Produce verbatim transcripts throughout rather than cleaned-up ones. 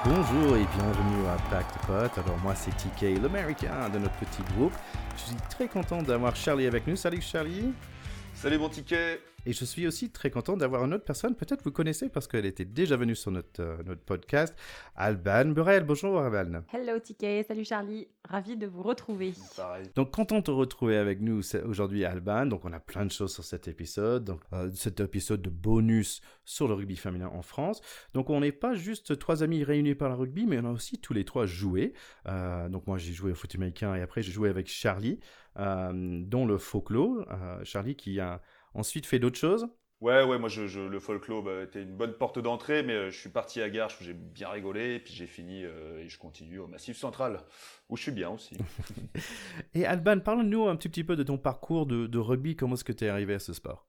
Bonjour et bienvenue à Back to Pot. Alors moi c'est T K, l'américain de notre petit groupe. Je suis très content d'avoir Charlie avec nous. Salut Charlie. Salut mon ticket. Et je suis aussi très content d'avoir une autre personne, peut-être vous connaissez parce qu'elle était déjà venue sur notre, euh, notre podcast, Alban Burrell. Bonjour Alban. Hello T K, salut Charlie, ravi de vous retrouver. Pareil. Donc content de te retrouver avec nous aujourd'hui Alban. Donc on a plein de choses sur cet épisode. Donc euh, cet épisode de bonus sur le rugby féminin en France. Donc on n'est pas juste trois amis réunis par le rugby, mais on a aussi tous les trois joué. Euh, donc moi j'ai joué au foot américain et après j'ai joué avec Charlie, euh, dont le folklore. Euh, Charlie qui a ensuite fait d'autres choses. Ouais, ouais, moi je, je, le folklore bah, était une bonne porte d'entrée, mais euh, je suis parti à Garches où j'ai bien rigolé, et puis j'ai fini euh, et je continue au Massif Central, où je suis bien aussi. Et Alban, parle-nous un petit, petit peu de ton parcours de, de rugby, comment est-ce que tu es arrivé à ce sport?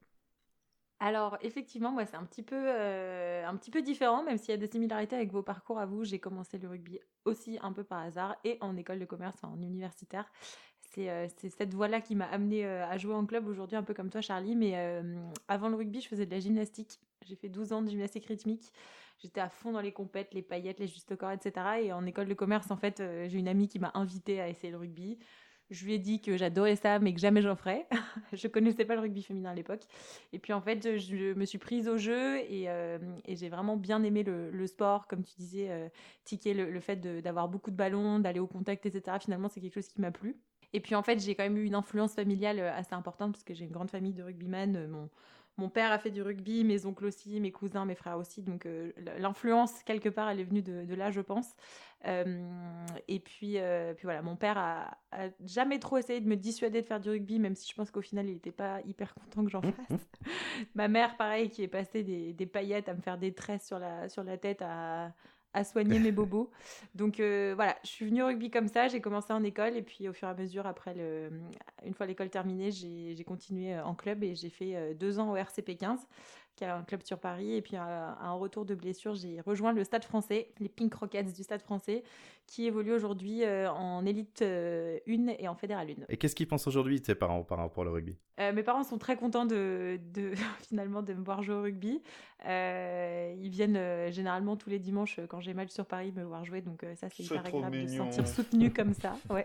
Alors effectivement, moi c'est un petit peu, euh, un petit peu différent, même s'il y a des similarités avec vos parcours à vous. J'ai commencé le rugby aussi un peu par hasard et en école de commerce, enfin, en universitaire. C'est, euh, c'est cette voie-là qui m'a amenée euh, à jouer en club aujourd'hui, un peu comme toi Charlie. Mais euh, avant le rugby, je faisais de la gymnastique. J'ai fait douze ans de gymnastique rythmique. J'étais à fond dans les compètes, les paillettes, les justes corps, et cetera. Et en école de commerce, en fait, euh, j'ai une amie qui m'a invitée à essayer le rugby. Je lui ai dit que j'adorais ça, mais que jamais j'en ferais. Je connaissais pas le rugby féminin à l'époque. Et puis en fait, je me suis prise au jeu et, euh, et j'ai vraiment bien aimé le, le sport. Comme tu disais, euh, Ticket, le, le fait de, d'avoir beaucoup de ballons, d'aller au contact, et cetera. Finalement, c'est quelque chose qui m'a plu. Et puis en fait, j'ai quand même eu une influence familiale assez importante parce que j'ai une grande famille de rugbyman. Mon, mon père a fait du rugby, mes oncles aussi, mes cousins, mes frères aussi. Donc euh, l'influence, quelque part, elle est venue de, de là, je pense. Euh, et puis, euh, puis voilà, mon père a, a jamais trop essayé de me dissuader de faire du rugby, même si je pense qu'au final, il n'était pas hyper content que j'en fasse. Ma mère, pareil, qui est passée des, des paillettes à me faire des tresses sur la, sur la tête, à... à soigner mes bobos. Donc euh, voilà, je suis venue au rugby comme ça, j'ai commencé en école et puis au fur et à mesure, après le, une fois l'école terminée, j'ai, j'ai continué en club et j'ai fait deux ans au R C P quinze, qui est un club sur Paris. Et puis à, à un retour de blessure, j'ai rejoint le Stade français, les Pink Rockets du Stade français, qui évolue aujourd'hui euh, en élite euh, un et en fédéral un. Et qu'est-ce qu'ils pensent aujourd'hui tes parents par rapport au rugby? Euh, mes parents sont très contents de, de finalement de me voir jouer au rugby. Euh, ils viennent euh, généralement tous les dimanches quand j'ai match sur Paris me voir jouer, donc euh, ça c'est, c'est hyper agréable mignon. De se sentir soutenu comme ça. Ouais.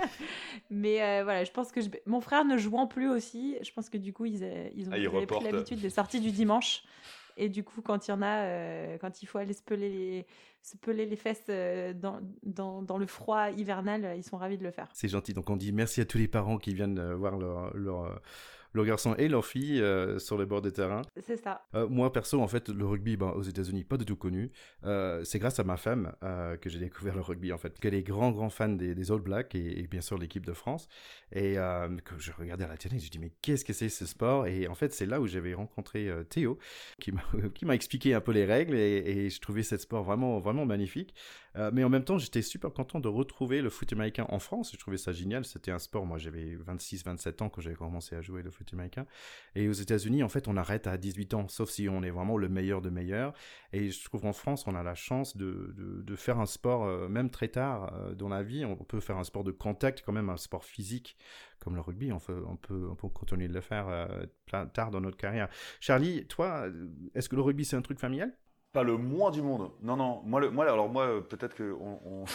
Mais euh, voilà, je pense que je... mon frère ne jouant plus aussi, je pense que du coup ils, euh, ils ont ah, ils avaient pris l'habitude des sorties du dimanche. Et du coup, quand il y en a, euh, quand il faut aller se peler les, se peler les fesses euh, dans, dans, dans le froid hivernal, ils sont ravis de le faire. C'est gentil. Donc on dit merci à tous les parents qui viennent euh, voir leur, leur, leur garçon et leur fille euh, sur les bords des terrains. C'est ça. Euh, moi, perso, en fait, le rugby ben, aux États-Unis, pas du tout connu. Euh, c'est grâce à ma femme euh, que j'ai découvert le rugby, en fait. Qu'elle est grand, grand fan des, des All Blacks et, et bien sûr l'équipe de France. Et euh, que je regardais à la télé, je me dis mais qu'est-ce que c'est ce sport? Et en fait, c'est là où j'avais rencontré euh, Théo, qui m'a, qui m'a expliqué un peu les règles et, et je trouvais ce sport vraiment, vraiment magnifique. Euh, mais en même temps, j'étais super content de retrouver le foot américain en France. Je trouvais ça génial. C'était un sport, moi j'avais vingt-six vingt-sept ans quand j'avais commencé à jouer le foot américain. Et aux États-Unis, en fait, on arrête à dix-huit ans, sauf si on est vraiment le meilleur de meilleurs. Et je trouve qu'en France, on a la chance de, de, de faire un sport, euh, même très tard euh, dans la vie. On peut faire un sport de contact, quand même un sport physique, comme le rugby. On peut, on peut, on peut continuer de le faire euh, tard dans notre carrière. Charlie, toi, est-ce que le rugby, c'est un truc familial? Pas le moins du monde. Non, non. Moi, le, moi alors moi, peut-être que on, on...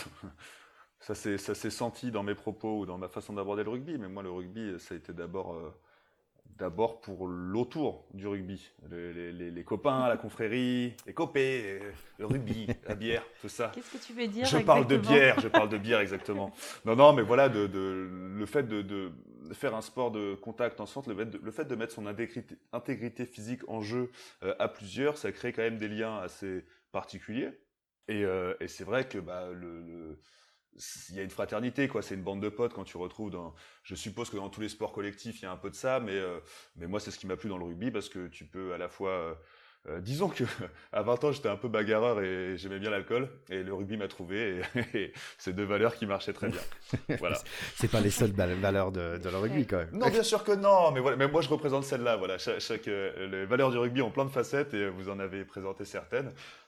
ça, s'est, ça s'est senti dans mes propos ou dans ma façon d'aborder le rugby, mais moi, le rugby, ça a été d'abord... Euh... D'abord pour l'autour du rugby, les, les, les copains, la confrérie, les copés, le rugby, la bière, tout ça. Qu'est-ce que tu veux dire? Je exactement? parle de bière, je parle de bière exactement. Non, non, mais voilà, de, de, le fait de, de faire un sport de contact ensemble, le fait de, le fait de mettre son intégrité, intégrité physique en jeu euh, à plusieurs, ça crée quand même des liens assez particuliers. Et, euh, et c'est vrai que bah, le, le il y a une fraternité, quoi. C'est une bande de potes quand tu retrouves dans. Je suppose que dans tous les sports collectifs, il y a un peu de ça, mais euh, mais moi, c'est ce qui m'a plu dans le rugby parce que tu peux à la fois. Euh, euh, disons que à vingt ans, j'étais un peu bagarreur et j'aimais bien l'alcool, et le rugby m'a trouvé. Et, et c'est deux valeurs qui marchaient très bien. Voilà. C'est pas les seules valeurs de, de le rugby, quand même. Non, bien sûr que non, mais voilà. Mais moi, je représente celle-là. Voilà. Chaque, chaque euh, les valeurs du rugby ont plein de facettes et vous en avez présenté certaines.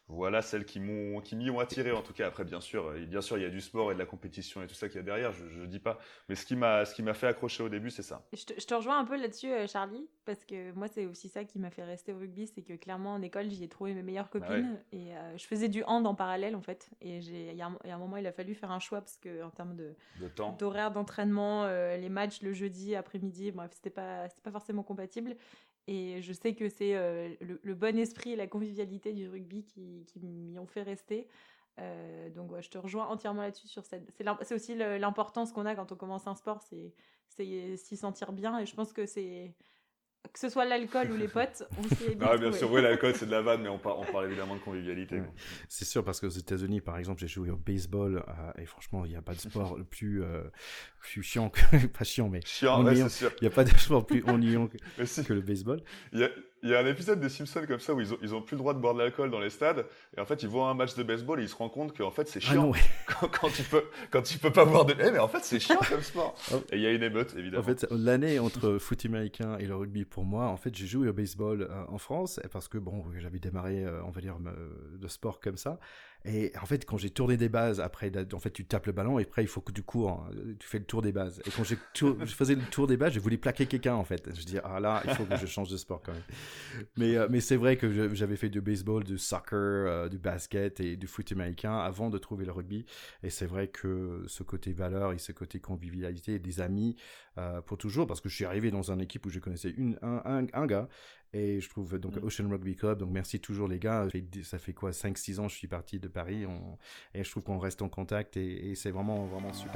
Voilà celles qui m'ont qui m'y ont attiré en tout cas. Après bien sûr, et bien sûr il y a du sport et de la compétition et tout ça qu'il y a derrière, je, je dis pas. Mais ce qui m'a ce qui m'a fait accrocher au début, c'est ça. Je te, je te rejoins un peu là-dessus, euh, Charlie, parce que moi, c'est aussi ça qui m'a fait rester au rugby, c'est que clairement, en école, j'y ai trouvé mes meilleures Ah ouais, copines, et euh, je faisais du hand en parallèle, en fait, et j'ai, il y, a un il y a un moment, il a fallu faire un choix, parce que en termes de, le temps. d'horaire d'entraînement, euh, les matchs le jeudi après-midi, bref, c'était pas, c'était pas forcément compatible, et je sais que c'est euh, le, le bon esprit et la convivialité du rugby qui, qui m'y ont fait rester. Euh, donc ouais, je te rejoins entièrement là-dessus sur cette. C'est, l'im- c'est aussi le- l'importance qu'on a quand on commence un sport, c'est c'est s'y sentir bien. Et je pense que c'est que ce soit l'alcool ou les potes, on s'y est bien Ah bien trouvé. sûr, oui l'alcool c'est de la vanne, mais on, par- on parle évidemment de convivialité. Ouais. Quoi. C'est sûr, parce qu'aux États-Unis, par exemple, j'ai joué au baseball euh, et franchement, il n'y a pas de sport le plus, euh, plus chiant que. Pas chiant, mais Chiant, ouais c'est ennuyant. sûr. Il n'y a pas de sport plus ennuyant que, Mais si. que le baseball. Il y a, il y a un épisode des Simpsons comme ça où ils ont, ils ont plus le droit de boire de l'alcool dans les stades et en fait ils voient un match de baseball et ils se rendent compte qu'en fait c'est Ah non, chiant ouais. quand, quand tu peux quand tu peux pas boire de eh mais en fait c'est chiant comme sport Oh. et il y a une émeute En évidemment. fait, l'année entre foot américain et le rugby, pour moi, en fait, j'ai joué au baseball euh, en France parce que, bon, j'avais démarré, euh, on va dire, me- de sport comme ça. Et en fait, quand j'ai tourné des bases, après, en fait, tu tapes le ballon et après, il faut que tu cours, hein, tu fais le tour des bases. Et quand j'ai tour- je faisais le tour des bases, je voulais plaquer quelqu'un, en fait. Je dis, ah là, il faut que je change de sport quand même. Mais, euh, mais c'est vrai que je- j'avais fait du baseball, du soccer, euh, du basket et du foot américain avant de trouver le rugby. Et c'est vrai que ce côté valeur et ce côté convivialité, des amis, euh, pour toujours, parce que je suis arrivé dans une équipe où je connaissais une, un, un, un gars, et je trouve donc Mm. Ocean Rugby Club, donc merci toujours les gars, ça fait, ça fait quoi, cinq six ans je suis parti de Paris, on, et je trouve qu'on reste en contact, et, et c'est vraiment, vraiment super.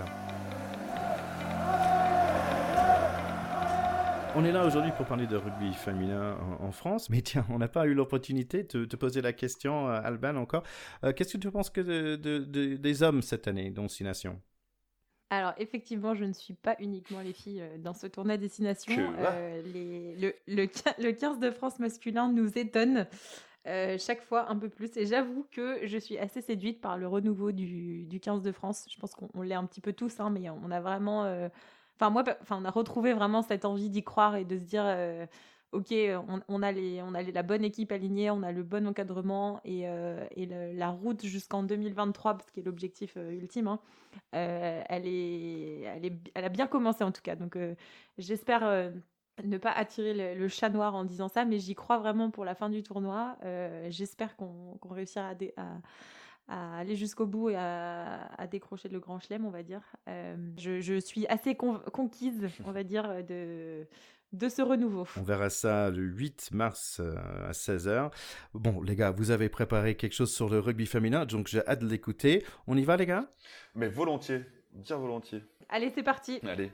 On est là aujourd'hui pour parler de rugby féminin en, en France, mais tiens, on n'a pas eu l'opportunité de te poser la question, euh, Alban, encore. Euh, qu'est-ce que tu penses que de, de, de, des hommes cette année dans Six Nations? Alors effectivement, je ne suis pas uniquement les filles euh, dans ce tournoi destination. Que va Euh, les, le, le, quin- le quinze de France masculin nous étonne euh, chaque fois un peu plus. Et j'avoue que je suis assez séduite par le renouveau du, du quinze de France. Je pense qu'on on l'est un petit peu tous, hein, mais on a vraiment... euh, Enfin, moi, pe- enfin, on a retrouvé vraiment cette envie d'y croire et de se dire... euh, Ok, on, on a, les, on a les- la bonne équipe alignée, on a le bon encadrement et, euh, et le- la route jusqu'en deux mille vingt-trois, parce qui est l'objectif euh, ultime, hein, euh, elle, est, elle, est, elle a bien commencé en tout cas. Donc euh, j'espère euh, ne pas attirer le, le chat noir en disant ça, mais j'y crois vraiment pour la fin du tournoi. Euh, j'espère qu'on qu'on réussira à, dé- à, à aller jusqu'au bout et à, à décrocher le grand chelem, on va dire. Euh, je, je suis assez con- conquise, on va dire, de, de ce renouveau. On verra ça le huit mars euh, à seize heures. Bon, les gars, vous avez préparé quelque chose sur le rugby féminin, donc j'ai hâte de l'écouter. On y va, les gars? Mais volontiers, bien volontiers. Allez, c'est parti. Allez.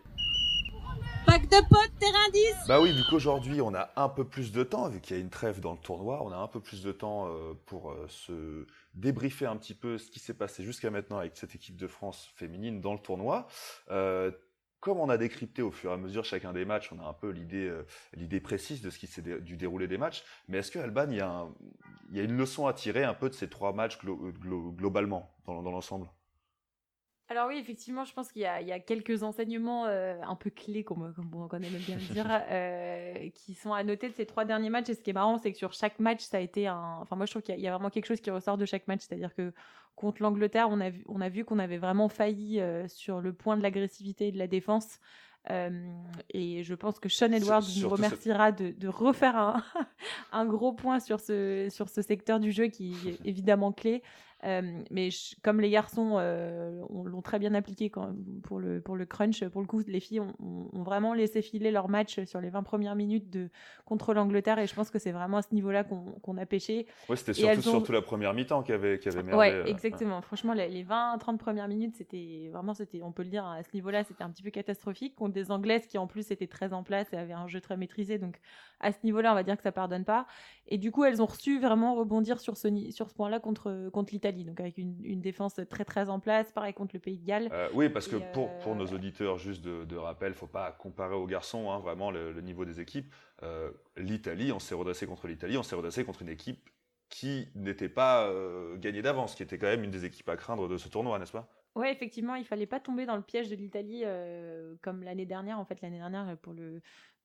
Pack de potes, terrain dix. Bah oui, vu qu'aujourd'hui on a un peu plus de temps, vu qu'il y a une trêve dans le tournoi, on a un peu plus de temps euh, pour euh, se débriefer un petit peu ce qui s'est passé jusqu'à maintenant avec cette équipe de France féminine dans le tournoi. Euh, comme on a décrypté au fur et à mesure chacun des matchs, on a un peu l'idée euh, l'idée précise de ce qui s'est dé- du déroulé des matchs. Mais est-ce que Alban, il y, a un- il y a une leçon à tirer un peu de ces trois matchs glo- glo- globalement, dans, dans l'ensemble? Alors oui, effectivement, je pense qu'il y a, il y a quelques enseignements euh, un peu clés, comme, comme on connaît même bien le dire, euh, qui sont à noter de ces trois derniers matchs. Et ce qui est marrant, c'est que sur chaque match, ça a été un... Enfin, moi, je trouve qu'il y a, il y a vraiment quelque chose qui ressort de chaque match. C'est-à-dire que contre l'Angleterre, on a vu, on a vu qu'on avait vraiment failli euh, sur le point de l'agressivité et de la défense. Euh, et je pense que Sean Edwards nous Surtout ce- remerciera de, de refaire un, un gros point sur ce, sur ce secteur du jeu qui est évidemment clé. Euh, mais je- comme les garçons euh, on- l'ont très bien appliqué quand, pour, le, pour le crunch, pour le coup, les filles ont, ont- ont vraiment laissé filer leur match sur les vingt premières minutes de, contre l'Angleterre. Et je pense que c'est vraiment à ce niveau-là qu'on qu'on a pêché. Ouais, c'était Et surtout, elles ont- surtout la première mi-temps qui avait, qui avait merdé. Ouais, euh, exactement. Franchement, les, les vingt trente premières minutes, c'était vraiment, c'était, on peut le dire, à ce niveau-là, c'était un petit peu catastrophique. Contre des Anglaises qui, en plus, étaient très en place et avaient un jeu très maîtrisé. Donc, à ce niveau-là, on va dire que ça pardonne pas. Et du coup, elles ont reçu vraiment rebondir sur ce, ni- sur ce point-là contre, contre l'Italie. Donc, avec une, une défense très, très en place. Pareil contre le Pays de Galles. Euh, oui, parce que Et, pour, euh, pour nos auditeurs, juste de, de rappel, faut pas comparer aux garçons, hein, vraiment le, le niveau des équipes. Euh, L'Italie, on s'est redressé contre l'Italie, on s'est redressé contre une équipe qui n'était pas euh, gagnée d'avance, qui était quand même une des équipes à craindre de ce tournoi, n'est-ce pas? Ouais, effectivement, il fallait pas tomber dans le piège de l'Italie euh, comme l'année dernière. En fait, l'année dernière, pour le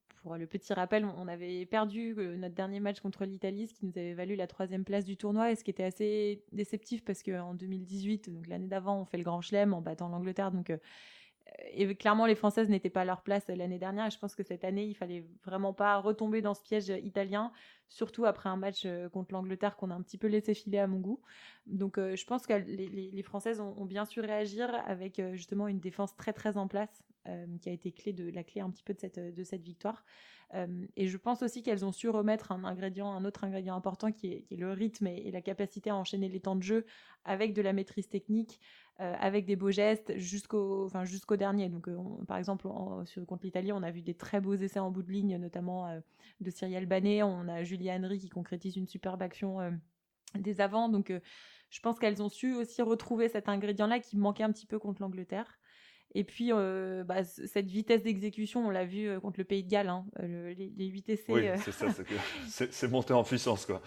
pour le petit rappel, on, on avait perdu euh, notre dernier match contre l'Italie, ce qui nous avait valu la troisième place du tournoi, et ce qui était assez déceptif parce qu'en deux mille dix-huit, donc l'année d'avant, on fait le Grand Chelem en battant l'Angleterre, donc euh, et clairement, les Françaises n'étaient pas à leur place l'année dernière. Et je pense que cette année, il fallait vraiment pas retomber dans ce piège italien, surtout après un match contre l'Angleterre qu'on a un petit peu laissé filer à mon goût. Donc, euh, je pense que les, les, les Françaises ont, ont bien su réagir avec euh, justement une défense très très en place, euh, qui a été clé de, la clé un petit peu de cette, de cette victoire. Euh, et je pense aussi qu'elles ont su remettre un ingrédient, un autre ingrédient important qui est, qui est le rythme et, et la capacité à enchaîner les temps de jeu avec de la maîtrise technique. Euh, avec des beaux gestes jusqu'au, enfin, jusqu'au dernier. Donc, euh, on, par exemple, en, sur, contre l'Italie, on a vu des très beaux essais en bout de ligne, notamment euh, de Cyrielle Banet. On a Julia Henry qui concrétise une superbe action euh, des avants. Donc, euh, je pense qu'elles ont su aussi retrouver cet ingrédient-là qui manquait un petit peu contre l'Angleterre. Et puis, euh, bah, cette vitesse d'exécution, on l'a vu euh, contre le Pays de Galles. Hein, le, les, les huit essais. Oui, euh... c'est ça, c'est, que c'est, c'est monté en puissance, quoi.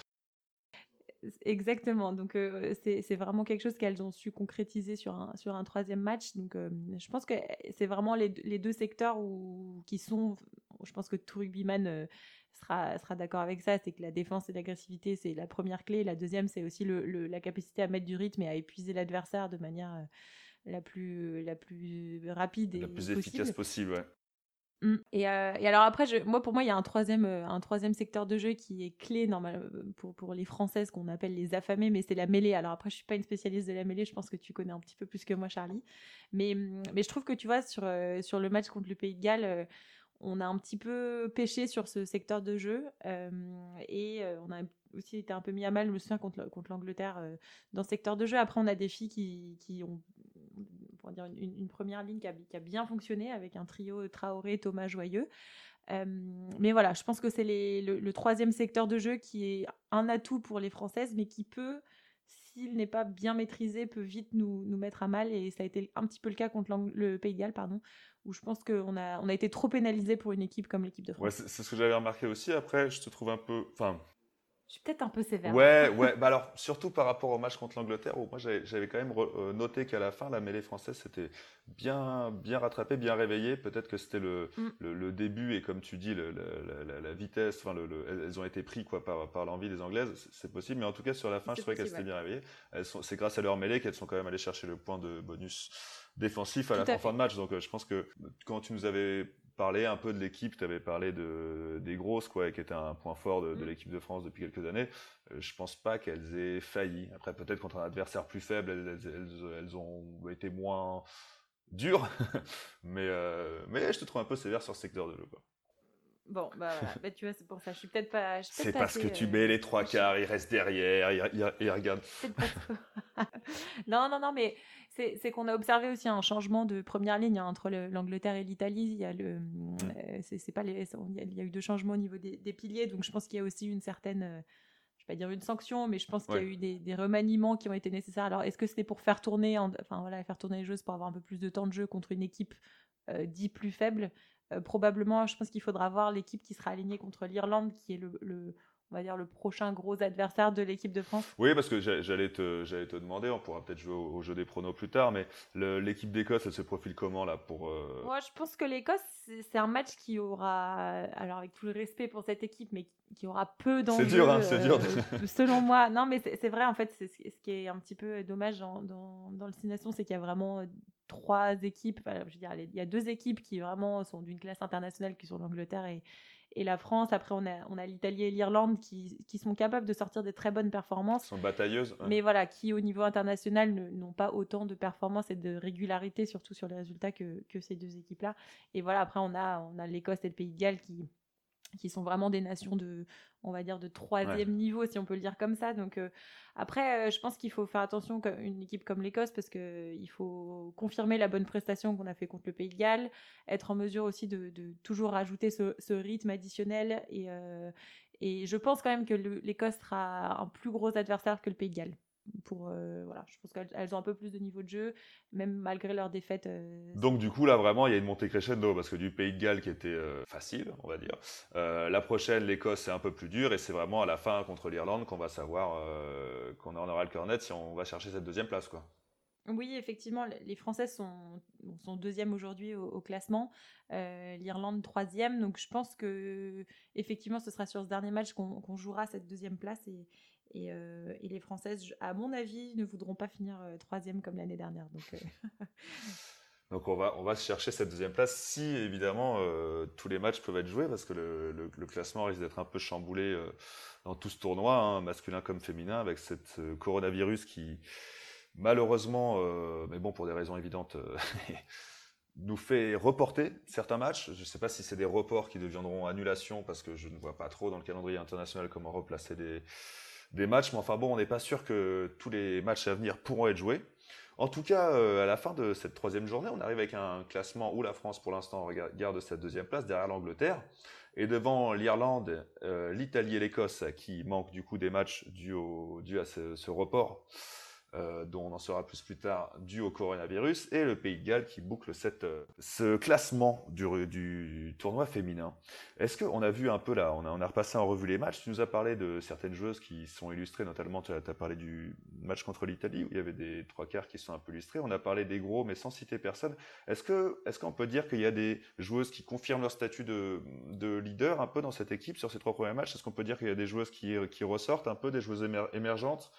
Exactement, donc euh, c'est, c'est vraiment quelque chose qu'elles ont su concrétiser sur un, sur un troisième match. Donc euh, je pense que c'est vraiment les, les deux secteurs où, qui sont, je pense que tout rugbyman euh, sera, sera d'accord avec ça, c'est que la défense et l'agressivité, c'est la première clé. La deuxième, c'est aussi le, le, la capacité à mettre du rythme et à épuiser l'adversaire de manière euh, la, plus, la plus rapide et la plus possible. efficace possible, ouais. Mmh. Et, euh, et alors après, je, moi pour moi, il y a un troisième, euh, un troisième secteur de jeu qui est clé normal, pour, pour les Françaises qu'on appelle les affamées, mais c'est la mêlée. Alors après, je suis pas une spécialiste de la mêlée, je pense que tu connais un petit peu plus que moi, Charlie. Mais, mais je trouve que tu vois, sur, euh, sur le match contre le Pays de Galles, euh, on a un petit peu pêché sur ce secteur de jeu euh, et euh, on a aussi été un peu mis à mal, je me souviens, contre, contre l'Angleterre euh, dans ce secteur de jeu. Après, on a des filles qui, qui ont pour dire une, une première ligne qui a, qui a bien fonctionné avec un trio Traoré, Thomas, Joyeux. Euh, mais voilà, je pense que c'est les, le, le troisième secteur de jeu qui est un atout pour les Françaises, mais qui peut, s'il n'est pas bien maîtrisé, peut vite nous, nous mettre à mal. Et ça a été un petit peu le cas contre le Pays de Galles, pardon, où je pense qu'on a, on a été trop pénalisé pour une équipe comme l'équipe de France. Ouais, c'est, c'est ce que j'avais remarqué aussi. Après, je te trouve un peu... Enfin, je suis peut-être un peu sévère. Ouais, ouais. Bah alors, surtout par rapport au match contre l'Angleterre, où moi j'avais, j'avais quand même re, euh, noté qu'à la fin, la mêlée française s'était bien, bien rattrapée, bien réveillée. Peut-être que c'était le, mm. le, le début et comme tu dis, le, le, la, la vitesse. Enfin, le, le, elles ont été pris quoi par, par l'envie des Anglaises. C'est, c'est possible, mais en tout cas sur la fin, c'est je trouvais qu'elles s'étaient bien réveillées. Elles sont, c'est grâce à leur mêlée qu'elles sont quand même allées chercher le point de bonus défensif à tout la à fin de match. Donc, euh, je pense que quand tu nous avais parlé un peu de l'équipe, tu avais parlé de, des grosses, quoi, qui était un point fort de, de l'équipe de France depuis quelques années. Euh, je pense pas qu'elles aient failli. Après, peut-être contre un adversaire plus faible, elles, elles, elles, elles ont été moins dures. mais, euh, mais je te trouve un peu sévère sur ce secteur de jeu, quoi. Bon, bah voilà, bah, tu vois, c'est pour ça. Je suis peut-être pas. Je suis c'est peut-être parce assez, que tu euh... mets les trois quarts, ils restent derrière, ils, ils, ils regardent. non, non, non, mais c'est, c'est qu'on a observé aussi un changement de première ligne hein, entre le, l'Angleterre et l'Italie. Il y a le, mmh. euh, c'est, c'est pas les, il y a eu deux changements au niveau des, des piliers, donc je pense qu'il y a aussi une certaine. Euh, je vais pas dire une sanction, mais je pense qu'il ouais. y a eu des, des remaniements qui ont été nécessaires. Alors, est-ce que c'était pour faire tourner, en, enfin voilà, faire tourner les joueuses pour avoir un peu plus de temps de jeu contre une équipe euh, dit plus faible? Euh, probablement, je pense qu'il faudra voir l'équipe qui sera alignée contre l'Irlande, qui est le, le, on va dire le prochain gros adversaire de l'équipe de France. Oui, parce que j'allais te, j'allais te demander, on pourra peut-être jouer au, au jeu des pronos plus tard, mais le, l'équipe d'Écosse, elle se profile comment là pour euh... Moi, je pense que l'Écosse, c'est, c'est un match qui aura, alors avec tout le respect pour cette équipe, mais qui aura peu d'enjeux. C'est dur, hein, c'est dur. Euh, selon moi, non, mais c'est, c'est vrai en fait, c'est ce qui est un petit peu dommage dans, dans, dans le Six Nations, c'est qu'il y a vraiment trois équipes. Enfin, je veux dire, il y a deux équipes qui vraiment sont d'une classe internationale, qui sont l'Angleterre et et la France. Après, on a, on a l'Italie et l'Irlande qui, qui sont capables de sortir des très bonnes performances. Qui sont batailleuses. Ouais. Mais voilà, qui au niveau international ne, n'ont pas autant de performances et de régularité, surtout sur les résultats, que, que ces deux équipes-là. Et voilà, après, on a, on a l'Écosse et le Pays de Galles qui, qui sont vraiment des nations de, on va dire, de troisième ouais. niveau, si on peut le dire comme ça. Donc, euh, après, euh, je pense qu'il faut faire attention à une équipe comme l'Écosse, parce qu'il faut confirmer la bonne prestation qu'on a fait contre le Pays de Galles, être en mesure aussi de, de toujours rajouter ce, ce rythme additionnel. Et, euh, et je pense quand même que le, l'Écosse sera un plus gros adversaire que le Pays de Galles. Pour, euh, voilà, je pense qu'elles ont un peu plus de niveau de jeu, même malgré leur défaite. Euh, Donc du coup là vraiment il y a une montée crescendo parce que du Pays de Galles qui était euh, facile on va dire, euh, la prochaine l'Écosse c'est un peu plus dur et c'est vraiment à la fin contre l'Irlande qu'on va savoir euh, qu'on en aura le cœur net si on va chercher cette deuxième place quoi. Oui, effectivement, l- les Françaises sont, bon, sont deuxièmes aujourd'hui au, au classement, euh, l'Irlande troisième. Donc je pense que effectivement, ce sera sur ce dernier match qu'on qu'on jouera cette deuxième place et, et, euh, et les Françaises, je- à mon avis, ne voudront pas finir euh, troisième comme l'année dernière. Donc euh, Donc on va, on va se chercher cette deuxième place si évidemment euh, tous les matchs peuvent être joués parce que le, le- le classement risque d'être un peu chamboulé euh, dans tout ce tournoi, hein, masculin comme féminin, avec cette euh, coronavirus qui malheureusement, euh, mais bon pour des raisons évidentes, euh, nous fait reporter certains matchs. Je ne sais pas si c'est des reports qui deviendront annulations parce que je ne vois pas trop dans le calendrier international comment replacer des, des matchs, mais enfin bon, on n'est pas sûr que tous les matchs à venir pourront être joués. En tout cas, euh, à la fin de cette troisième journée, on arrive avec un classement où la France, pour l'instant, garde cette deuxième place derrière l'Angleterre. Et devant l'Irlande, euh, l'Italie et l'Écosse, qui manquent du coup des matchs dus, au, dus à ce, ce report, euh, dont on en saura plus plus tard, dû au coronavirus, et le Pays de Galles qui boucle cette, euh, ce classement du, du tournoi féminin. Est-ce qu'on a vu un peu là, on a, on a repassé en revue les matchs, tu nous as parlé de certaines joueuses qui sont illustrées, notamment tu as, as parlé du match contre l'Italie, où il y avait des trois quarts qui sont un peu illustrés, on a parlé des gros, mais sans citer personne. Est-ce que, est-ce qu'on peut dire qu'il y a des joueuses qui confirment leur statut de, de leader un peu dans cette équipe sur ces trois premiers matchs? Est-ce qu'on peut dire qu'il y a des joueuses qui, qui ressortent un peu, des joueuses émer- émergentes?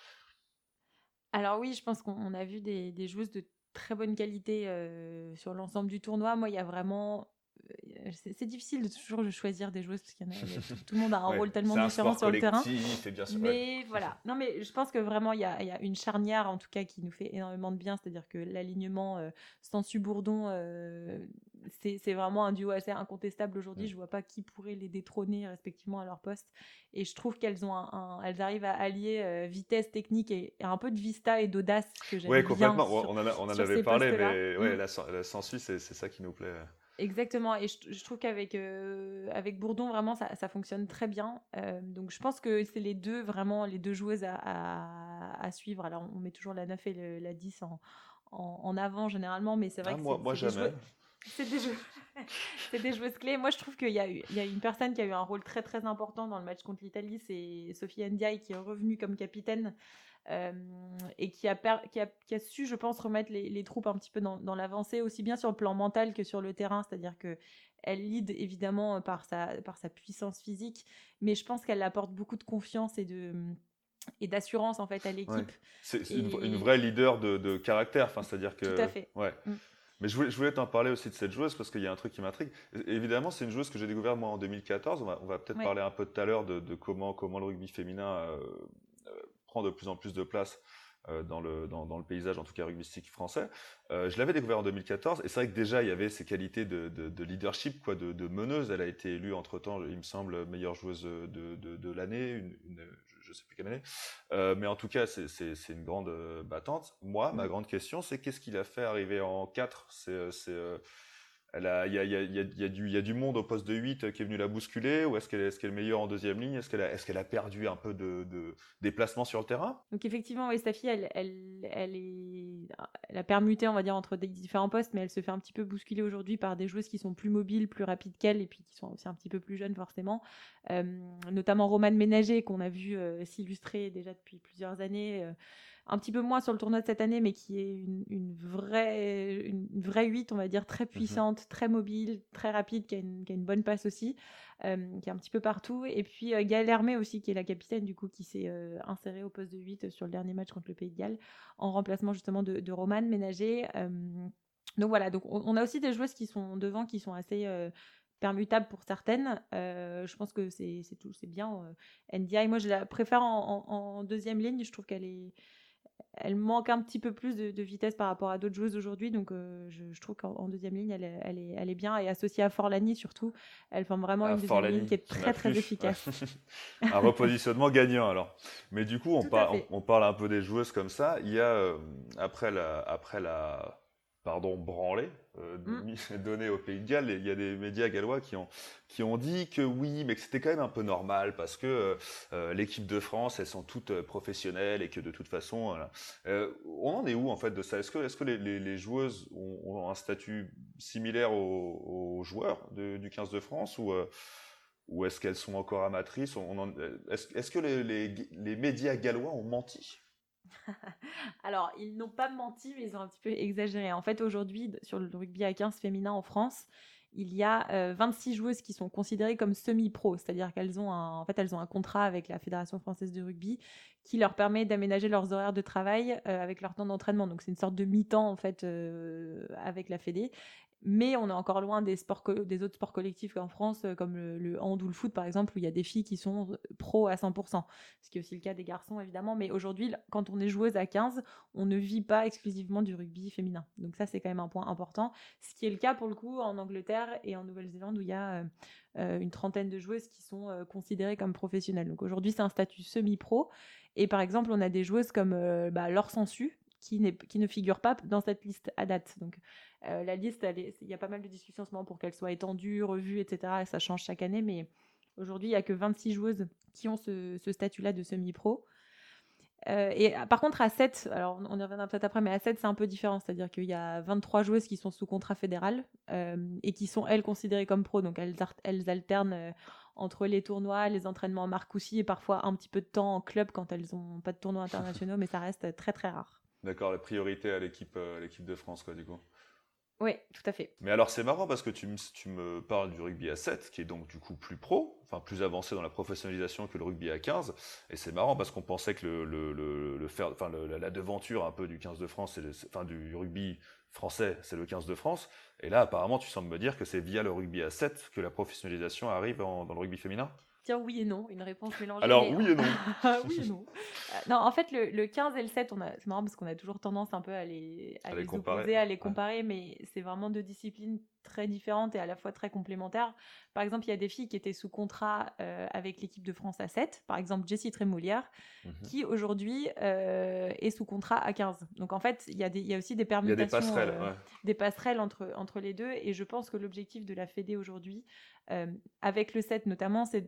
Alors oui, je pense qu'on on a vu des, des joueuses de très bonne qualité euh, sur l'ensemble du tournoi. Moi, il y a vraiment... euh, C'est c'est difficile de toujours de choisir des joueuses parce qu'il y en a, il y a tout, tout le monde a un Ouais, rôle tellement c'est un différent sport sur le terrain. collectif et bien sûr. Ouais. Mais voilà. Non, mais je pense que vraiment, il y a, il y a une charnière, en tout cas, qui nous fait énormément de bien. C'est-à-dire que l'alignement euh, Sansu-Bourdon, euh, c'est c'est vraiment un duo assez incontestable aujourd'hui. Mm. Je vois pas qui pourrait les détrôner respectivement à leur poste. Et je trouve qu'elles ont un, un- elles arrivent à allier euh, vitesse, technique et, et un peu de vista et d'audace que j'aime Ouais, bien complètement. Ouais, sur, on en, a- on en sur avait ces parlé, postes-là. mais Mm. ouais, la, sen- la sensu, c'est c'est ça qui nous plaît. Exactement, et je, je trouve qu'avec euh, avec Bourdon, vraiment, ça, ça fonctionne très bien. Euh, donc je pense que c'est les deux, vraiment, les deux joueuses à, à, à suivre. Alors on met toujours la neuf et le- la dix en, en, en avant généralement, mais c'est vrai Ah, que moi, c'est moi c'est des jamais. joueuses... C'est des, jeux... c'est des joueuses clés. Moi, je trouve qu'il y a, eu, il y a une personne qui a eu un rôle très très important dans le match contre l'Italie, c'est Sophie Ndiaye qui est revenue comme capitaine euh, et qui a, per- qui, a, qui a su, je pense, remettre les, les troupes un petit peu dans, dans l'avancée, aussi bien sur le plan mental que sur le terrain. C'est-à-dire que elle lead évidemment par sa, par sa puissance physique, mais je pense qu'elle apporte beaucoup de confiance et de et d'assurance en fait à Ouais. l'équipe. C'est c'est une, une Et vraie leader de, de caractère. Enfin, c'est-à-dire tout à que, fait. ouais. Mm. Mais je voulais, je voulais t'en parler aussi de cette joueuse parce qu'il y a un truc qui m'intrigue. É- Évidemment, c'est une joueuse que j'ai découverte moi en deux mille quatorze. On va, on va peut-être Ouais. parler un peu tout à l'heure de, de comment, comment le rugby féminin euh, euh, prend de plus en plus de place euh, dans, le, dans, dans le paysage, en tout cas rugbystique français. Euh, je l'avais découvert en deux mille quatorze et c'est vrai que déjà il y avait ces qualités de, de, de leadership, quoi, de, de meneuse. Elle a été élue entre-temps, il me semble, meilleure joueuse de, de, de l'année, une, une, je ne sais plus quelle année. Euh, mais en tout cas, c'est c'est- c'est une grande euh, battante. Moi, ma Mm. grande question, c'est qu'est-ce qui l'a fait arriver en quatre? C'est, euh, c'est, euh, elle a, il y a, il y a, il y a, il y a du, il y a du monde au poste de huit qui est venu la bousculer, ou est-ce qu'elle est, est-ce qu'elle est meilleure en deuxième ligne? Est-ce qu'elle a, est-ce qu'elle a perdu un peu de, de déplacement sur le terrain? Donc effectivement, oui, Stafi, elle, elle, elle, est... elle a permuté, on va dire, entre des différents postes, mais elle se fait un petit peu bousculer aujourd'hui par des joueuses qui sont plus mobiles, plus rapides qu'elle, et puis qui sont aussi un petit peu plus jeunes forcément. Euh, notamment Romane Ménager, qu'on a vu euh, s'illustrer déjà depuis plusieurs années, euh, un petit peu moins sur le tournoi de cette année, mais qui est une, une vraie, une vraie huit, on va dire, très Mhm. puissante, très mobile, très rapide, qui a une, qui a une bonne passe aussi. Euh, qui est un petit peu partout. Et puis euh, Gaëlle Hermé aussi, qui est la capitaine, du coup, qui s'est euh, insérée au poste de huit sur le dernier match contre le Pays de Galles, en remplacement justement de, de Romane Ménager. Euh, donc voilà, donc on, on a aussi des joueuses qui sont devant, qui sont assez euh, permutables pour certaines. Euh, je pense que c'est c'est tout, c'est bien. Euh, N D I, moi je la préfère en, en, en deuxième ligne. Je trouve qu'elle est elle manque un petit peu plus de, de vitesse par rapport à d'autres joueuses aujourd'hui. Donc, euh, je, je trouve qu'en en deuxième ligne, elle, est- elle, est, elle est bien. Et associée à Forlani, surtout, elle forme vraiment À une deuxième ligne Forlani, qui est qui n'a très, très plus. Ouais. efficace. Un repositionnement gagnant alors. Mais du coup, on, Tout à par- on, fait. on parle un peu des joueuses comme ça. Il y a, euh, après la, après la pardon, branlée euh, Mm. mis- donnée au Pays de Galles, il y a des médias gallois qui ont, qui ont dit que oui, mais que c'était quand même un peu normal parce que euh, euh, l'équipe de France, elles sont toutes euh, professionnelles et que de toute façon, voilà. Euh, on en est où en fait de ça? Est-ce que, est-ce que les, les, les joueuses ont, ont un statut similaire aux, aux joueurs de- du quinze de France ou euh, ou est-ce qu'elles sont encore amatrices? On en- Est-ce est-ce que les, les- les médias gallois ont menti? Alors, ils n'ont pas menti, mais ils ont un petit peu exagéré. En fait, aujourd'hui, d- sur le rugby à quinze féminin en France, il y a euh, vingt-six joueuses qui sont considérées comme semi-pro, c'est-à-dire qu'elles ont un, en fait, elles ont un contrat avec la Fédération française de rugby qui leur permet d'aménager leurs horaires de travail euh, avec leur temps d'entraînement. Donc, c'est une sorte de mi-temps en fait euh, avec la Fédé. Mais on est encore loin des, sports co- des autres sports collectifs en France, euh, comme le, le hand ou le foot, par exemple, où il y a des filles qui sont euh, pro à cent pour cent. Ce qui est aussi le cas des garçons, évidemment. Mais aujourd'hui, quand on est joueuse à quinze, on ne vit pas exclusivement du rugby féminin. Donc ça, c'est quand même un point important. Ce qui est le cas, pour le coup, en Angleterre et en Nouvelle-Zélande, où il y a euh, euh, une trentaine de joueuses qui sont euh, considérées comme professionnelles. Donc aujourd'hui, c'est un statut semi-pro. Et par exemple, on a des joueuses comme euh, bah, Laure Sansu, qui, n'est, qui ne figure pas dans cette liste à date. Donc euh, la liste, elle est- il y a pas mal de discussions en ce moment pour qu'elle soit étendue, revue, et cetera. Et ça change chaque année, mais aujourd'hui, il n'y a que vingt-six joueuses qui ont ce, ce statut-là de semi-pro. Euh, et euh, par contre, à sept, alors on y reviendra peut-être après, mais à sept, c'est un peu différent. C'est-à-dire qu'il y a vingt-trois joueuses qui sont sous contrat fédéral euh, et qui sont, elles, considérées comme pro. Donc, elles, ar- elles alternent euh, entre les tournois, les entraînements en marcoussis et parfois un petit peu de temps en club quand elles n'ont pas de tournois internationaux, mais ça reste très, très rare. D'accord, la priorité à l'équipe, euh, à l'équipe de France, quoi, du coup. Oui, tout à fait. Mais alors c'est marrant parce que tu me, tu me parles du rugby à sept, qui est donc du coup plus pro, enfin plus avancé dans la professionnalisation que le rugby à quinze. Et c'est marrant parce qu'on pensait que le, le, le, le faire, enfin le- la, la devanture un peu du quinze de France, c'est le- c'est- enfin du rugby français, c'est le quinze de France. Et là apparemment tu sembles me dire que c'est via le rugby à sept que la professionnalisation arrive en- dans le rugby féminin. Tiens, oui et non, une réponse mélangée, Alors mais oui et non. oui et non. Euh, non, en fait, le, le quinze et le sept, on a... c'est marrant parce qu'on a toujours tendance un peu à les, à À les les comparer. opposer, à les Ouais. comparer, mais c'est vraiment deux disciplines très différentes et à la fois très complémentaires. Par exemple, il y a des filles qui étaient sous contrat euh, avec l'équipe de France à sept, par exemple Jessie Trémoulière, Mhm. qui aujourd'hui euh, est sous contrat à quinze. Donc en fait, il y a, des, il y a aussi des Il y a des permutations, passerelles. euh, Ouais. des passerelles entre, entre les deux, et je pense que l'objectif de la Fédé aujourd'hui, euh, avec le sept notamment, c'est,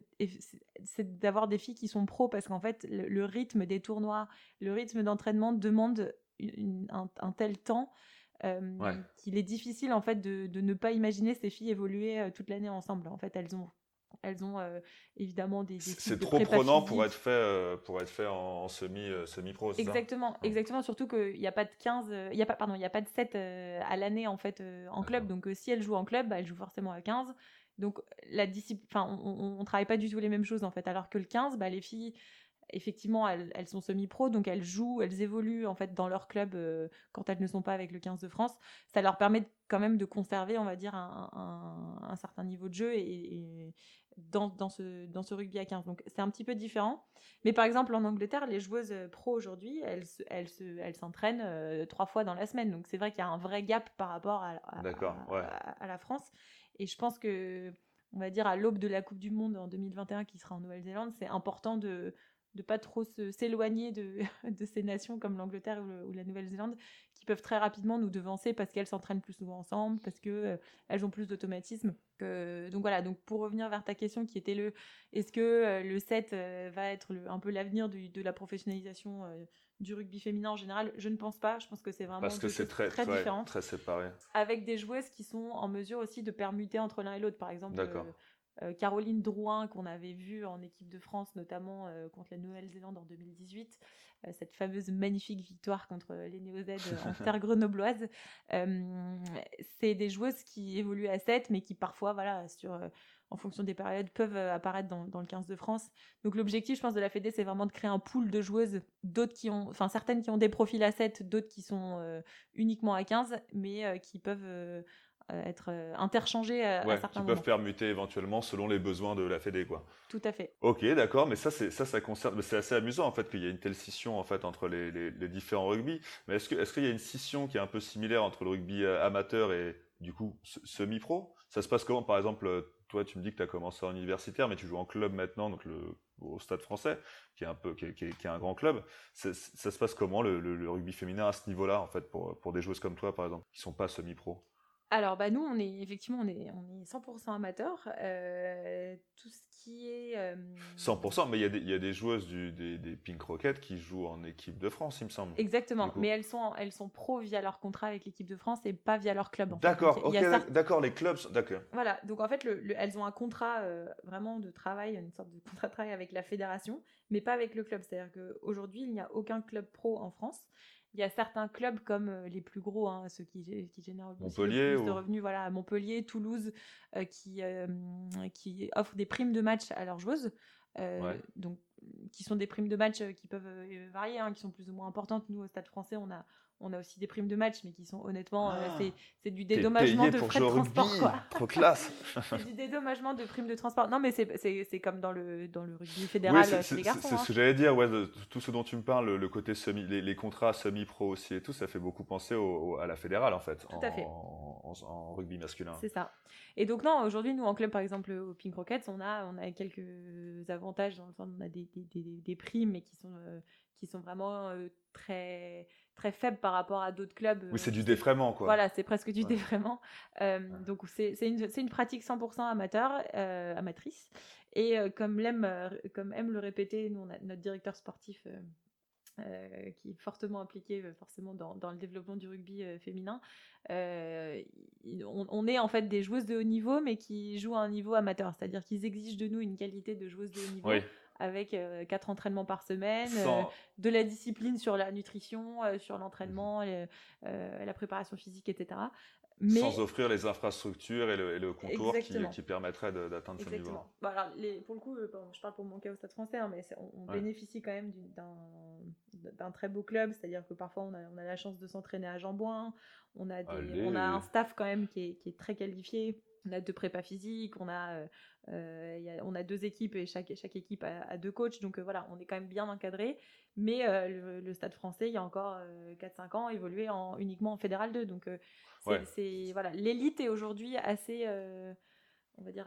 c'est d'avoir des filles qui sont pros parce qu'en fait, le, le rythme des tournois, le rythme d'entraînement demande une- un, un tel temps euh, Ouais. qu'il est difficile en fait de, de ne pas imaginer ces filles évoluer euh, toute l'année ensemble. En fait, elles ont, elles ont euh, évidemment des, des C'est cycles c'est de trop prépa prenant pour physique. être fait, euh, pour être fait en, en semi, euh, semi-pro, c'est ça? Exactement, exactement. Surtout qu'il n'y a pas de quinze, euh, il y a pas, pardon, il y a pas de sept euh, à l'année en fait euh, en club. D'accord. Donc euh, si elle joue en club, bah, elle joue forcément à quinze. Donc la discipline, enfin, on, on, on travaille pas du tout les mêmes choses en fait. Alors que le quinze, bah, les filles, effectivement, elles, elles sont semi-pro, donc elles jouent, elles évoluent en fait dans leur club euh, quand elles ne sont pas avec le quinze de France. Ça leur permet quand même de conserver, on va dire, un, un- un certain niveau de jeu et, et dans, dans ce, dans ce rugby à quinze. Donc c'est un petit peu différent. Mais par exemple, en Angleterre, les joueuses euh, pro aujourd'hui, elles, se- elles, se- elles s'entraînent euh, trois fois dans la semaine. Donc c'est vrai qu'il y a un vrai gap par rapport à, à- D'accord, ouais. à- à la France. Et je pense que, on va dire, à l'aube de la Coupe du Monde en deux mille vingt et un qui sera en Nouvelle-Zélande, c'est important de de pas trop se, s'éloigner de, de ces nations comme l'Angleterre ou, le- ou la Nouvelle-Zélande qui peuvent très rapidement nous devancer parce qu'elles s'entraînent plus souvent ensemble, parce que euh, elles ont plus d'automatisme. Que... Donc voilà, donc pour revenir vers ta question qui était le est-ce que euh, le sept euh, va être le- un peu l'avenir du- de la professionnalisation euh, du rugby féminin en général, je ne pense pas. Je pense que c'est vraiment Parce que deux c'est choses très, très très, différentes très séparé. avec des joueuses qui sont en mesure aussi de permuter entre l'un et l'autre. Par exemple, D'accord. euh, euh, Caroline Drouin, qu'on avait vue en équipe de France, notamment euh, contre la Nouvelle-Zélande en deux mille dix-huit, euh, cette fameuse magnifique victoire contre les Néo-Z euh, en terre grenobloise. Euh, c'est des joueuses qui évoluent à sept, mais qui parfois, voilà, sur, euh, en fonction des périodes, peuvent euh, apparaître dans, dans le quinze de France. Donc l'objectif, je pense, de la Fédé, c'est vraiment de créer un pool de joueuses, d'autres qui ont, enfin certaines qui ont des profils à sept, d'autres qui sont euh, uniquement à quinze, mais euh, qui peuvent euh, euh, être euh, interchangés à, à Ouais, certains qui peuvent moments. permuter éventuellement selon les besoins de la Fédé, quoi. Tout à fait. Ok, d'accord, mais ça, c'est, ça, ça concerne, mais c'est assez amusant, en fait, qu'il y ait une telle scission, en fait, entre les, les, les différents rugby. Mais est-ce que, est-ce qu'il y a une scission qui est un peu similaire entre le rugby euh, amateur et, du coup, se- semi-pro? Ça se passe comment? Par exemple, euh, toi, tu me dis que tu as commencé en universitaire, mais tu joues en club maintenant, donc le, au Stade Français, qui est un peu, qui est, qui est- qui est un grand club. C'est- c'est- ça se passe comment, le, le- le rugby féminin à ce niveau-là, en fait, pour, pour des joueuses comme toi, par exemple, qui sont pas semi-pro? Alors, bah, nous, on est effectivement, on est, on est cent pour cent amateurs. Euh, tout ce qui est euh, cent pour cent, mais il y a des, il y a des joueuses du, des, des Pink Rockets qui jouent en équipe de France, il me semble. Exactement, mais elles sont, elles sont pro via leur contrat avec l'équipe de France et pas via leur club. En d'accord, fait. ok, certes... d'accord, les clubs, d'accord. Voilà, donc en fait, le, le, elles ont un contrat euh, vraiment de travail, une sorte de contrat de travail avec la fédération, mais pas avec le club. C'est-à-dire qu'aujourd'hui, il n'y a aucun club pro en France. Il y a certains clubs comme euh, les plus gros, hein, ceux qui, qui génèrent Montpellier, le plus ou... de revenus, voilà, Montpellier, Toulouse, euh, qui, euh, qui offrent des primes de match à leurs joueuses. Euh, ouais. Donc, qui sont des primes de match qui peuvent euh, varier, hein, qui sont plus ou moins importantes. Nous, au Stade français, on a, on a aussi des primes de match, mais qui sont honnêtement, ah, euh, c'est, c'est du dédommagement de frais de transport. Quoi. Trop classe. C'est du dédommagement de primes de transport. Non, mais c'est, c'est, c'est comme dans le, dans le rugby fédéral oui, c'est, chez les garçons. C'est hein. ce que j'allais dire, ouais, de, tout ce dont tu me parles, le, le côté semi, les, les contrats semi-pro aussi et tout, ça fait beaucoup penser au, au, à la fédérale en fait, tout en, à fait. En, en, en rugby masculin. C'est ça. Et donc non, aujourd'hui, nous en club, par exemple, au Pink Rockets, on a, on a quelques avantages dans le sens, on a des, des, des, des primes, mais qui sont, euh, qui sont vraiment euh, très, très faibles par rapport à d'autres clubs. Oui, c'est du défraiement, quoi. Voilà, c'est presque du ouais. défraiement. Euh, ouais. Donc c'est, c'est, une, c'est une pratique cent pour cent amateur, euh, amatrice. Et euh, comme, l'aime, euh, comme aime le répéter, nous, on a notre directeur sportif euh, euh, qui est fortement impliqué euh, forcément dans, dans le développement du rugby euh, féminin. Euh, on, on est en fait des joueuses de haut niveau, mais qui jouent à un niveau amateur. C'est-à-dire qu'ils exigent de nous une qualité de joueuse de haut niveau. Oui. Avec euh, quatre entraînements par semaine, Sans... euh, de la discipline sur la nutrition, euh, sur l'entraînement, mmh. les, euh, la préparation physique, et cetera. Mais... Sans offrir les infrastructures et le, et le contour qui, qui permettraient de, d'atteindre Exactement. ce niveau. Bon, alors, les, pour le coup, bon, je parle pour mon cas au Stade français, hein, mais on, on ouais. bénéficie quand même d'un, d'un très beau club, c'est-à-dire que parfois on a, on a la chance de s'entraîner à Jean-Bouin, on a, des, on a un staff quand même qui est, qui est très qualifié. On a deux prépas physiques, on a, euh, y a, on a deux équipes et chaque, chaque équipe a, a deux coachs. Donc euh, voilà, on est quand même bien encadré. Mais euh, le, le Stade français, il y a encore euh, quatre cinq ans, évoluait en, uniquement en Fédéral deux. Donc euh, c'est, ouais. c'est, voilà, l'élite est aujourd'hui assez, euh, on va dire,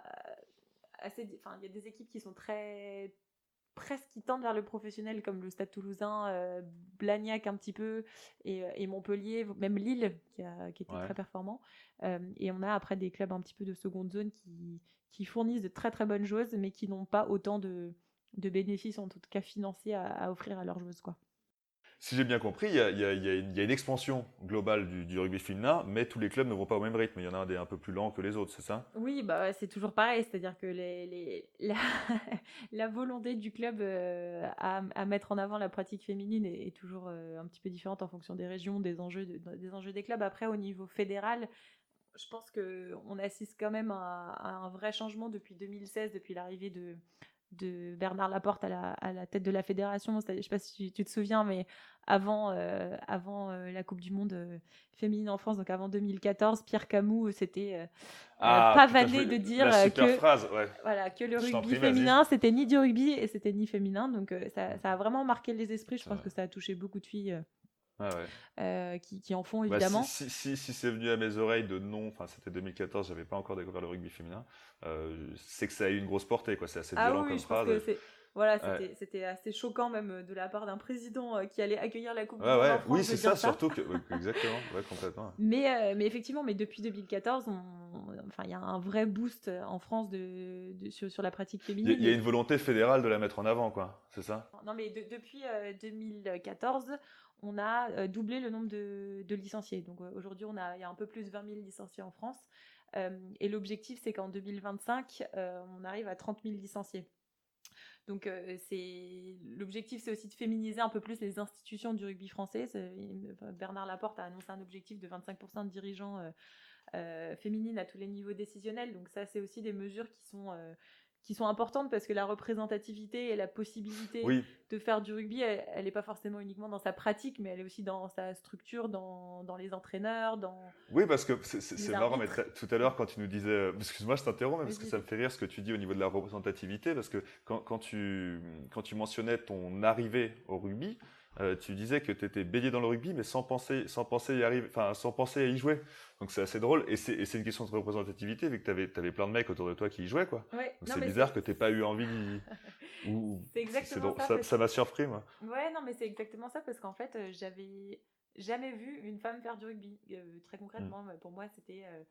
assez... Enfin, il y a des équipes qui sont très... presque qui tendent vers le professionnel, comme le Stade Toulousain, euh, Blagnac un petit peu, et, et Montpellier, même Lille, qui, a, qui était ouais. très performant. Euh, et on a après des clubs un petit peu de seconde zone qui, qui fournissent de très très bonnes joueuses, mais qui n'ont pas autant de, de bénéfices, en tout cas financiers, à, à offrir à leurs joueuses, quoi. Si j'ai bien compris, il y a, il y a, il y a, une, il y a une expansion globale du, du rugby féminin, mais tous les clubs ne vont pas au même rythme. Il y en a un des un peu plus lents que les autres, c'est ça ? Oui, bah, c'est toujours pareil. C'est-à-dire que les, les, la, la volonté du club euh, à, à mettre en avant la pratique féminine est, est toujours euh, un petit peu différente en fonction des régions, des enjeux, de, des enjeux des clubs. Après, au niveau fédéral, je pense qu'on assiste quand même à, à un vrai changement depuis deux mille seize, depuis l'arrivée de... de Bernard Laporte à la, à la tête de la fédération. Je ne sais pas si tu, tu te souviens, mais avant, euh, avant euh, la Coupe du Monde euh, féminine en France, donc avant deux mille quatorze, Pierre Camus s'était euh, ah, pavané de dire que, phrase, ouais. voilà, que le rugby prie, féminin, vas-y. C'était ni du rugby et c'était ni féminin. Donc euh, ça, ça a vraiment marqué les esprits. Je pense ouais. que ça a touché beaucoup de filles. Euh, Ah ouais. euh, qui, qui en font évidemment. Bah, si, si, si, si c'est venu à mes oreilles de non, enfin c'était deux mille quatorze, j'avais pas encore découvert le rugby féminin, euh, c'est que ça a eu une grosse portée, quoi. C'est assez ah violent oui, comme je phrase. Pense que c'est... Voilà, c'était, ouais. c'était assez choquant même de la part d'un président euh, qui allait accueillir la Coupe ouais, du Monde ouais. en France. Oui, c'est ça, ça, surtout que ouais, exactement, ouais, complètement. Mais, euh, mais effectivement, mais depuis deux mille quatorze, on... enfin, il y a un vrai boost en France de, de, sur, sur la pratique féminine. Il y, y a une volonté fédérale de la mettre en avant, quoi. C'est ça ? Non, mais de, depuis euh, deux mille quatorze, on a euh, doublé le nombre de, de licenciés. Donc euh, aujourd'hui, on a, il y a un peu plus de vingt mille licenciés en France. Euh, et l'objectif, c'est qu'en deux mille vingt-cinq, euh, on arrive à trente mille licenciés. Donc euh, c'est... l'objectif, c'est aussi de féminiser un peu plus les institutions du rugby français. C'est... Bernard Laporte a annoncé un objectif de vingt-cinq pour cent de dirigeants euh, euh, féminines à tous les niveaux décisionnels. Donc ça, c'est aussi des mesures qui sont... Euh, qui sont importantes parce que la représentativité et la possibilité oui. de faire du rugby, elle n'est pas forcément uniquement dans sa pratique, mais elle est aussi dans sa structure, dans, dans les entraîneurs, dans... Oui, parce que c'est, c'est, c'est marrant, mais très, tout à l'heure, quand tu nous disais... Excuse-moi, je t'interromps, mais parce que ça me fait rire ce que tu dis au niveau de la représentativité, parce que quand, quand, tu, quand tu mentionnais ton arrivée au rugby, euh, tu disais que tu étais baigné dans le rugby, mais sans penser, sans penser y arriver, enfin, sans penser à y jouer. Donc c'est assez drôle, et c'est, et c'est une question de représentativité, vu que tu avais, tu avais plein de mecs autour de toi qui y jouaient, quoi. Ouais, donc non, c'est bizarre c'est... que tu n'aies pas eu envie d'y... Ou... C'est exactement c'est drôle. ça. Ça, ça m'a surpris, moi. Ouais, non, mais c'est exactement ça, parce qu'en fait, euh, j'avais jamais vu une femme faire du rugby. Euh, très concrètement, mmh. pour moi, c'était... Euh...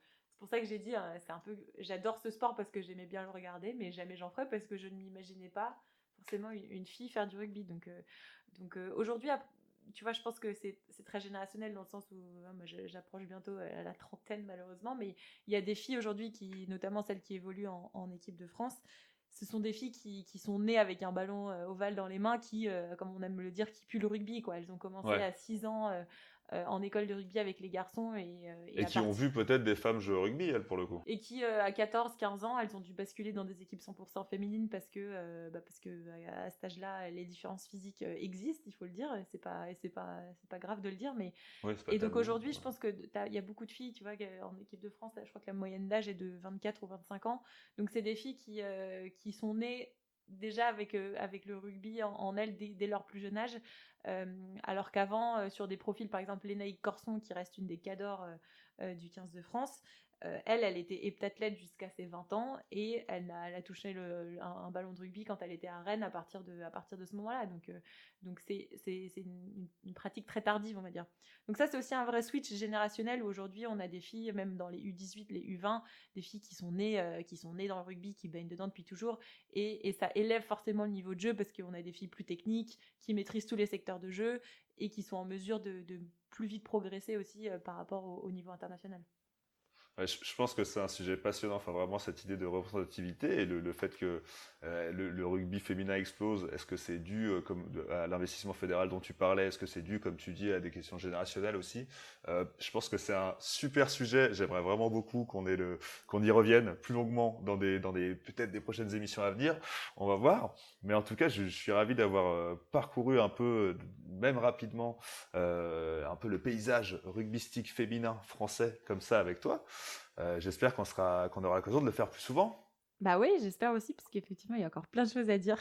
pour ça que j'ai dit, hein, c'est un peu, j'adore ce sport parce que j'aimais bien le regarder, mais jamais j'en ferais parce que je ne m'imaginais pas forcément une, une fille faire du rugby. Donc, euh, donc euh, aujourd'hui, tu vois, je pense que c'est, c'est très générationnel dans le sens où hein, moi, j'approche bientôt à la trentaine malheureusement, mais il y a des filles aujourd'hui, qui, notamment celles qui évoluent en, en équipe de France, ce sont des filles qui, qui sont nées avec un ballon euh, ovale dans les mains, qui, euh, comme on aime le dire, qui puent le rugby, quoi. Elles ont commencé ouais. à six ans euh, euh, en école de rugby avec les garçons. Et, euh, et, et qui part... ont vu peut-être des femmes jouer au rugby, elles, pour le coup. Et qui, euh, à quatorze quinze ans, elles ont dû basculer dans des équipes cent pour cent féminines parce que, euh, bah parce que à cet âge-là, les différences physiques euh, existent, il faut le dire. Et c'est pas, et c'est pas, c'est pas grave de le dire. Mais... Ouais, et donc aujourd'hui, ouais. je pense qu'il y a beaucoup de filles, tu vois, en équipe de France, là, je crois que la moyenne d'âge est de vingt-quatre ou vingt-cinq ans. Donc c'est des filles qui, euh, qui sont nées déjà avec, euh, avec le rugby en, en elles dès, dès leur plus jeune âge, euh, alors qu'avant, euh, sur des profils, par exemple Lénaïque Corson, qui reste une des cadors euh, euh, du quinze de France, euh, elle, elle était heptathlète jusqu'à ses vingt ans et elle a, elle a touché le, un, un ballon de rugby quand elle était à Rennes à partir de, à partir de ce moment-là. Donc, euh, donc c'est, c'est, c'est une, une pratique très tardive, on va dire. Donc ça, c'est aussi un vrai switch générationnel où aujourd'hui, on a des filles, même dans les U dix-huit, les U vingt, des filles qui sont nées, euh, qui sont nées dans le rugby, qui baignent dedans depuis toujours. Et, et ça élève forcément le niveau de jeu parce qu'on a des filles plus techniques, qui maîtrisent tous les secteurs de jeu et qui sont en mesure de, de plus vite progresser aussi euh, par rapport au, au niveau international. Ouais, je, je pense que c'est un sujet passionnant, enfin vraiment cette idée de représentativité et le, le fait que euh, le, le rugby féminin explose. Est-ce que c'est dû euh, comme de, à l'investissement fédéral dont tu parlais? Est-ce que c'est dû, comme tu dis, à des questions générationnelles aussi? euh, Je pense que c'est un super sujet. J'aimerais vraiment beaucoup qu'on ait le, qu'on y revienne plus longuement dans des, dans des peut-être des prochaines émissions à venir. On va voir. Mais en tout cas, je, je suis ravi d'avoir euh, parcouru un peu, même rapidement, euh, un peu le paysage rugbystique féminin français comme ça avec toi. Euh, j'espère qu'on sera, qu'on aura l'occasion de le faire plus souvent. Bah oui, j'espère aussi, parce qu'effectivement, il y a encore plein de choses à dire,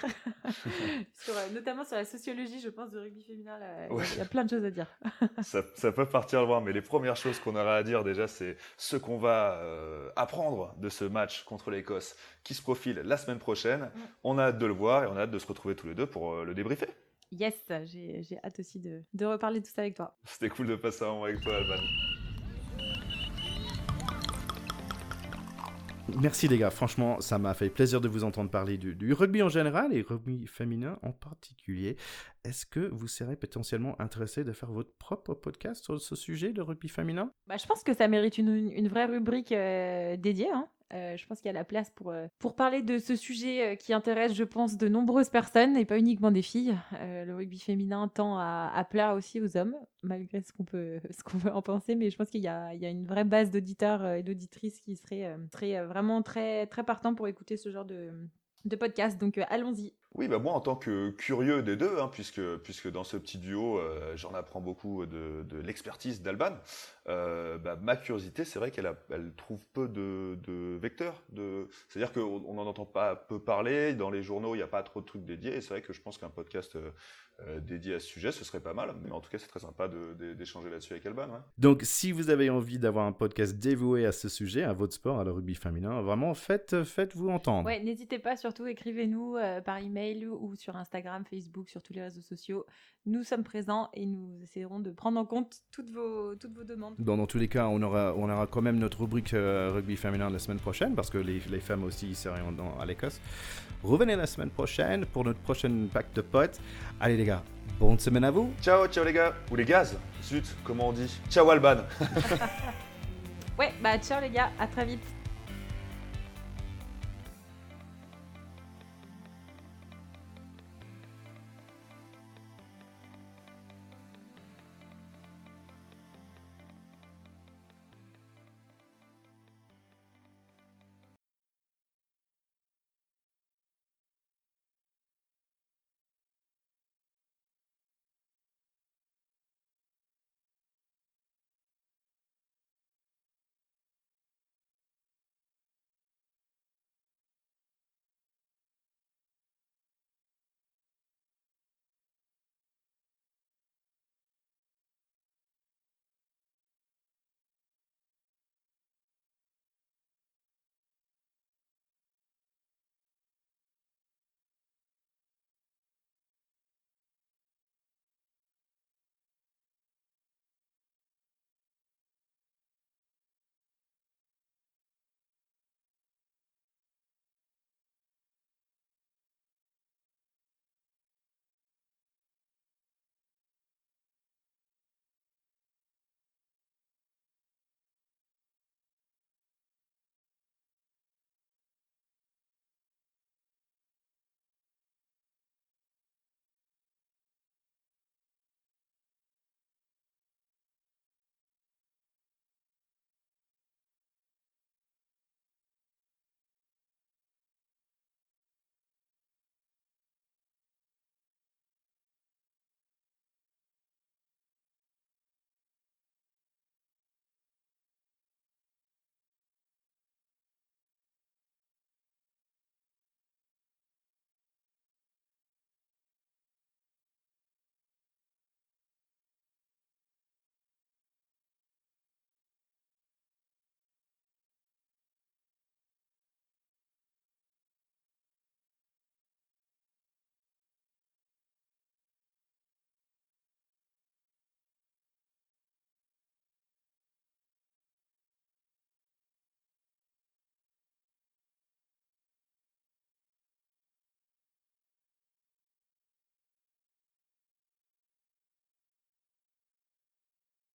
sur, euh, notamment sur la sociologie, je pense, du rugby féminin, là, ouais. il y a plein de choses à dire. ça, ça peut partir loin, mais les premières choses qu'on aura à dire déjà, c'est ce qu'on va euh, apprendre de ce match contre l'Écosse qui se profile la semaine prochaine. Mm. On a hâte de le voir et on a hâte de se retrouver tous les deux pour euh, le débriefer. Yes, j'ai, j'ai hâte aussi de, de reparler de tout ça avec toi. C'était cool de passer un moment avec toi, Alban. Merci les gars, franchement ça m'a fait plaisir de vous entendre parler du, du rugby en général et rugby féminin en particulier. Est-ce que vous serez potentiellement intéressé de faire votre propre podcast sur ce sujet, le rugby féminin? Bah, je pense que ça mérite une, une vraie rubrique euh, dédiée, hein. Euh, je pense qu'il y a la place pour, euh, pour parler de ce sujet euh, qui intéresse, je pense, de nombreuses personnes et pas uniquement des filles. Euh, le rugby féminin tend à, à plaire aussi aux hommes, malgré ce qu'on peut, ce qu'on peut en penser, mais je pense qu'il y a, il y a une vraie base d'auditeurs et d'auditrices qui seraient, euh, seraient vraiment très, très partants pour écouter ce genre de, de podcast. Donc euh, allons-y. Oui, bah moi en tant que curieux des deux, hein, puisque puisque dans ce petit duo, euh, j'en apprends beaucoup de, de l'expertise d'Alban. Euh, bah, ma curiosité, c'est vrai qu'elle a, elle trouve peu de, de vecteurs. De, c'est-à-dire qu'on n'en entend pas peu parler. Dans les journaux, il n'y a pas trop de trucs dédiés. Et c'est vrai que je pense qu'un podcast euh, euh, dédié à ce sujet, ce serait pas mal. Mais en tout cas, c'est très sympa de, de, d'échanger là-dessus avec Alban. Ouais. Donc, si vous avez envie d'avoir un podcast dévoué à ce sujet, à votre sport, à le rugby féminin, vraiment, faites, faites-vous entendre. Ouais, n'hésitez pas, surtout, écrivez-nous euh, par email ou sur Instagram, Facebook, sur tous les réseaux sociaux. Nous sommes présents et nous essaierons de prendre en compte toutes vos, toutes vos demandes. Dans, dans tous les cas, on aura, on aura quand même notre rubrique euh, rugby féminin la semaine prochaine parce que les, les femmes aussi seraient dans, à l'Écosse. Revenez la semaine prochaine pour notre prochaine pack de potes. Allez les gars, bonne semaine à vous. Ciao, ciao les gars. Ou les gaz. Zut, comment on dit? Ciao Alban. Ouais, bah ciao les gars, à très vite.